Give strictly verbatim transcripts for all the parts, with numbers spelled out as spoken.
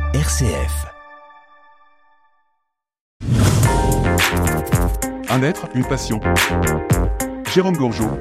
R C F. Un être, une passion. Jérôme Gourgeot.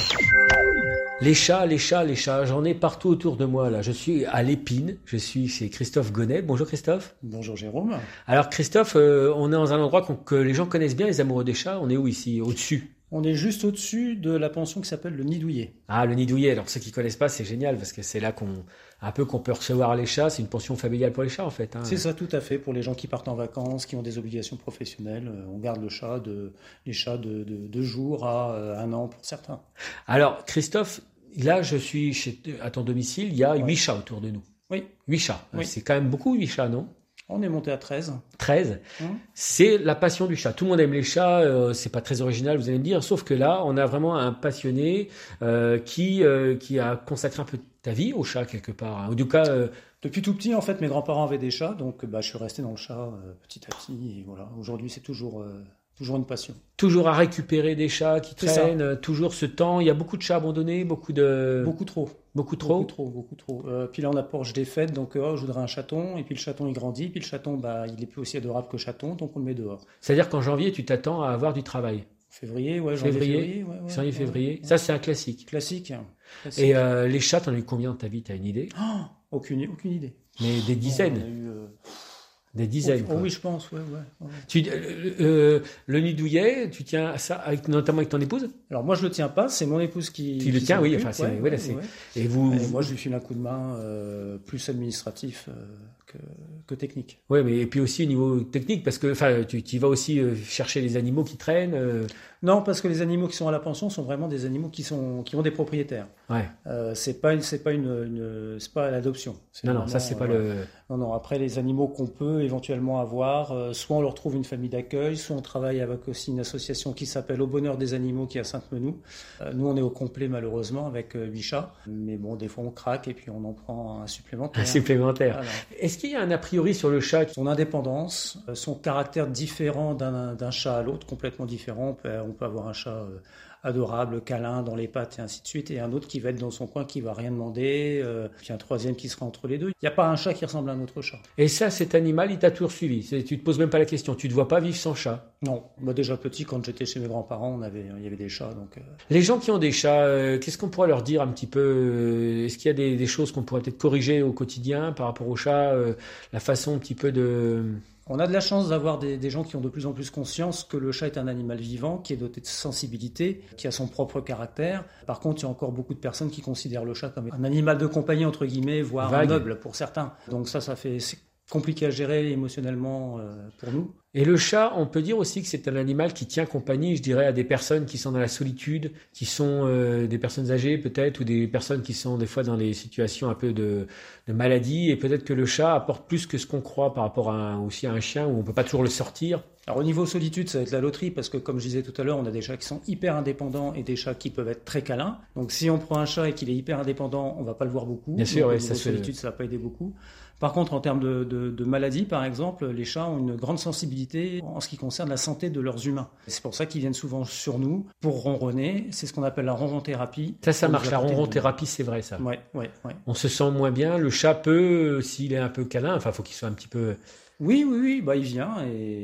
Les chats, les chats, les chats, j'en ai partout autour de moi là. Je suis à l'Épine, je suis chez Christophe Gonnet. Bonjour Christophe. Bonjour Jérôme. Alors Christophe, euh, on est dans un endroit que les gens connaissent bien, les amoureux des chats. On est où ici? Au-dessus? On est juste au-dessus de la pension qui s'appelle le Nid Douillet. Ah, le Nid Douillet. Alors ceux qui connaissent pas, c'est génial parce que c'est là qu'on, un peu qu'on peut recevoir les chats. C'est une pension familiale pour les chats en fait. Hein. C'est ça, tout à fait. Pour les gens qui partent en vacances, qui ont des obligations professionnelles, on garde le chat de, les chats de, de, de jours à un an pour certains. Alors Christophe, là je suis chez, à ton domicile. Il y a huit ouais. chats autour de nous. Oui. Huit chats. Oui. C'est quand même beaucoup huit chats, non? On est monté à treize. treize. Mmh. C'est la passion du chat. Tout le monde aime les chats, euh, c'est pas très original, vous allez me dire, sauf que là, on a vraiment un passionné euh, qui euh, qui a consacré un peu de ta vie au chat quelque part. Hein. Ou du cas, euh... depuis tout petit, en fait, mes grands-parents avaient des chats, donc bah, je suis resté dans le chat euh, petit à petit. Et voilà, aujourd'hui, c'est toujours euh, toujours une passion. Toujours à récupérer des chats qui traînent, euh, toujours ce temps. Il y a beaucoup de chats abandonnés, beaucoup de beaucoup trop. Beaucoup trop Beaucoup trop, beaucoup trop. Euh, puis là, on approche des fêtes, donc oh, je voudrais un chaton, et puis le chaton, il grandit, puis le chaton, bah, il est plus aussi adorable que chaton, donc on le met dehors. C'est-à-dire qu'en janvier, tu t'attends à avoir du travail. Février, ouais, janvier, février, février, ouais, ouais, janvier, ouais, février. Ouais, Ça, c'est un classique. Classique. classique. Et euh, les chats, t'en as eu combien de ta vie? T'as une idée? Oh, aucune, aucune idée. Mais des dizaines. On a eu, euh... Des dizaines. Oh, oh oui, je pense, ouais, ouais. ouais. Tu, euh, euh, le Nid Douillet, tu tiens à ça, avec, notamment avec ton épouse? Alors moi, je le tiens pas, c'est mon épouse qui. Tu le qui tiens, oui. Enfin, c'est, ouais, voilà, ouais, c'est. Ouais. Et vous. Et moi, je lui file un coup de main euh, plus administratif euh, que, que technique. Oui, mais et puis aussi au niveau technique, parce que, enfin, tu, tu vas aussi euh, chercher les animaux qui traînent. Euh... Non, parce que les animaux qui sont à la pension sont vraiment des animaux qui sont qui ont des propriétaires. Ouais. Euh, c'est pas c'est pas une, une c'est pas l'adoption. C'est non, vraiment, non, ça c'est pas euh, le. Non, non. Après, les animaux qu'on peut éventuellement avoir, euh, soit on leur trouve une famille d'accueil, soit on travaille avec aussi une association qui s'appelle Au Bonheur des Animaux qui est à Sainte-Menou. Euh, nous, on est au complet malheureusement avec euh, huit chats, mais bon, des fois on craque et puis on en prend un supplémentaire. Un supplémentaire. Voilà. Est-ce qu'il y a un a priori sur le chat? Son indépendance, euh, son caractère différent d'un, d'un chat à l'autre, complètement différent. On peut, on peut avoir un chat euh, adorable, câlin, dans les pattes et ainsi de suite, et un autre qui va être dans son coin, qui va rien demander, euh, puis un troisième qui sera entre les deux. Il n'y a pas un chat qui ressemble à un autre chat. Et ça, cet animal, il t'a toujours suivi. C'est, tu te poses même pas la question. Tu te vois pas vivre sans chat. Non, moi déjà petit, quand j'étais chez mes grands-parents, on avait, il y avait des chats. Donc, euh... Les gens qui ont des chats, euh, qu'est-ce qu'on pourrait leur dire un petit peu? euh, Est-ce qu'il y a des, des choses qu'on pourrait peut-être corriger au quotidien par rapport aux chats, euh, la façon un petit peu de... On a de la chance d'avoir des, des gens qui ont de plus en plus conscience que le chat est un animal vivant, qui est doté de sensibilité, qui a son propre caractère. Par contre, il y a encore beaucoup de personnes qui considèrent le chat comme un animal de compagnie, entre guillemets, voire Vague. Un meuble pour certains. Donc ça, ça fait... C'est compliqué à gérer émotionnellement euh, pour nous. Et le chat, on peut dire aussi que c'est un animal qui tient compagnie, je dirais, à des personnes qui sont dans la solitude, qui sont euh, des personnes âgées peut-être, ou des personnes qui sont des fois dans des situations un peu de, de maladie. Et peut-être que le chat apporte plus que ce qu'on croit par rapport à un, aussi à un chien, où on peut pas toujours le sortir. Alors au niveau solitude, ça va être la loterie, parce que comme je disais tout à l'heure, on a des chats qui sont hyper indépendants et des chats qui peuvent être très câlins. Donc si on prend un chat et qu'il est hyper indépendant, on va pas le voir beaucoup. Bien sûr, Donc, ouais, au niveau ça se solitude, ça va pas aider beaucoup. Par contre, en termes de, de, de maladie, par exemple, les chats ont une grande sensibilité en ce qui concerne la santé de leurs humains. C'est pour ça qu'ils viennent souvent sur nous pour ronronner. C'est ce qu'on appelle la ronron-thérapie. Ça, ça marche. La ronron-thérapie, c'est vrai, ça. Ouais, ouais, ouais. On se sent moins bien. Le chat peut, s'il est un peu câlin, enfin, faut qu'il soit un petit peu... Oui, oui, oui, bah il vient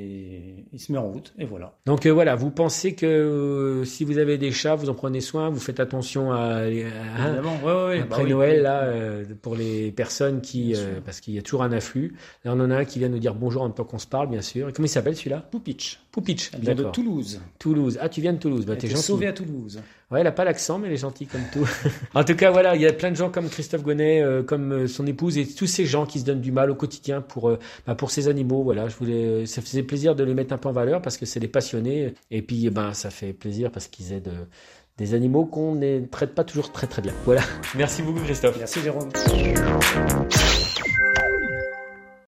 et il se met en route, et voilà. Donc euh, voilà, vous pensez que euh, si vous avez des chats, vous en prenez soin, vous faites attention à, à évidemment, ouais, ouais, après bah, Noël oui, là, oui. euh, pour les personnes qui, euh, parce qu'il y a toujours un afflux. Là, on en a un qui vient nous dire bonjour en même temps qu'on se parle, bien sûr. Et comment il s'appelle celui-là? Poupitch. Poupitch. Elle vient D'accord. de Toulouse. Toulouse. Ah, tu viens de Toulouse. Bah, elle t'es était gentil. sauvée à Toulouse. Ouais, elle a pas l'accent, mais elle est gentille comme tout. En tout cas, voilà, il y a plein de gens comme Christophe Gonnet, euh, comme euh, son épouse, et tous ces gens qui se donnent du mal au quotidien pour, euh, bah, pour ces animaux. Voilà, je voulais, ça faisait plaisir de les mettre un peu en valeur parce que c'est des passionnés. Et puis, ben, ça fait plaisir parce qu'ils aident euh, des animaux qu'on ne traite pas toujours très très bien. Voilà. Merci beaucoup, Christophe. Merci, Jérôme.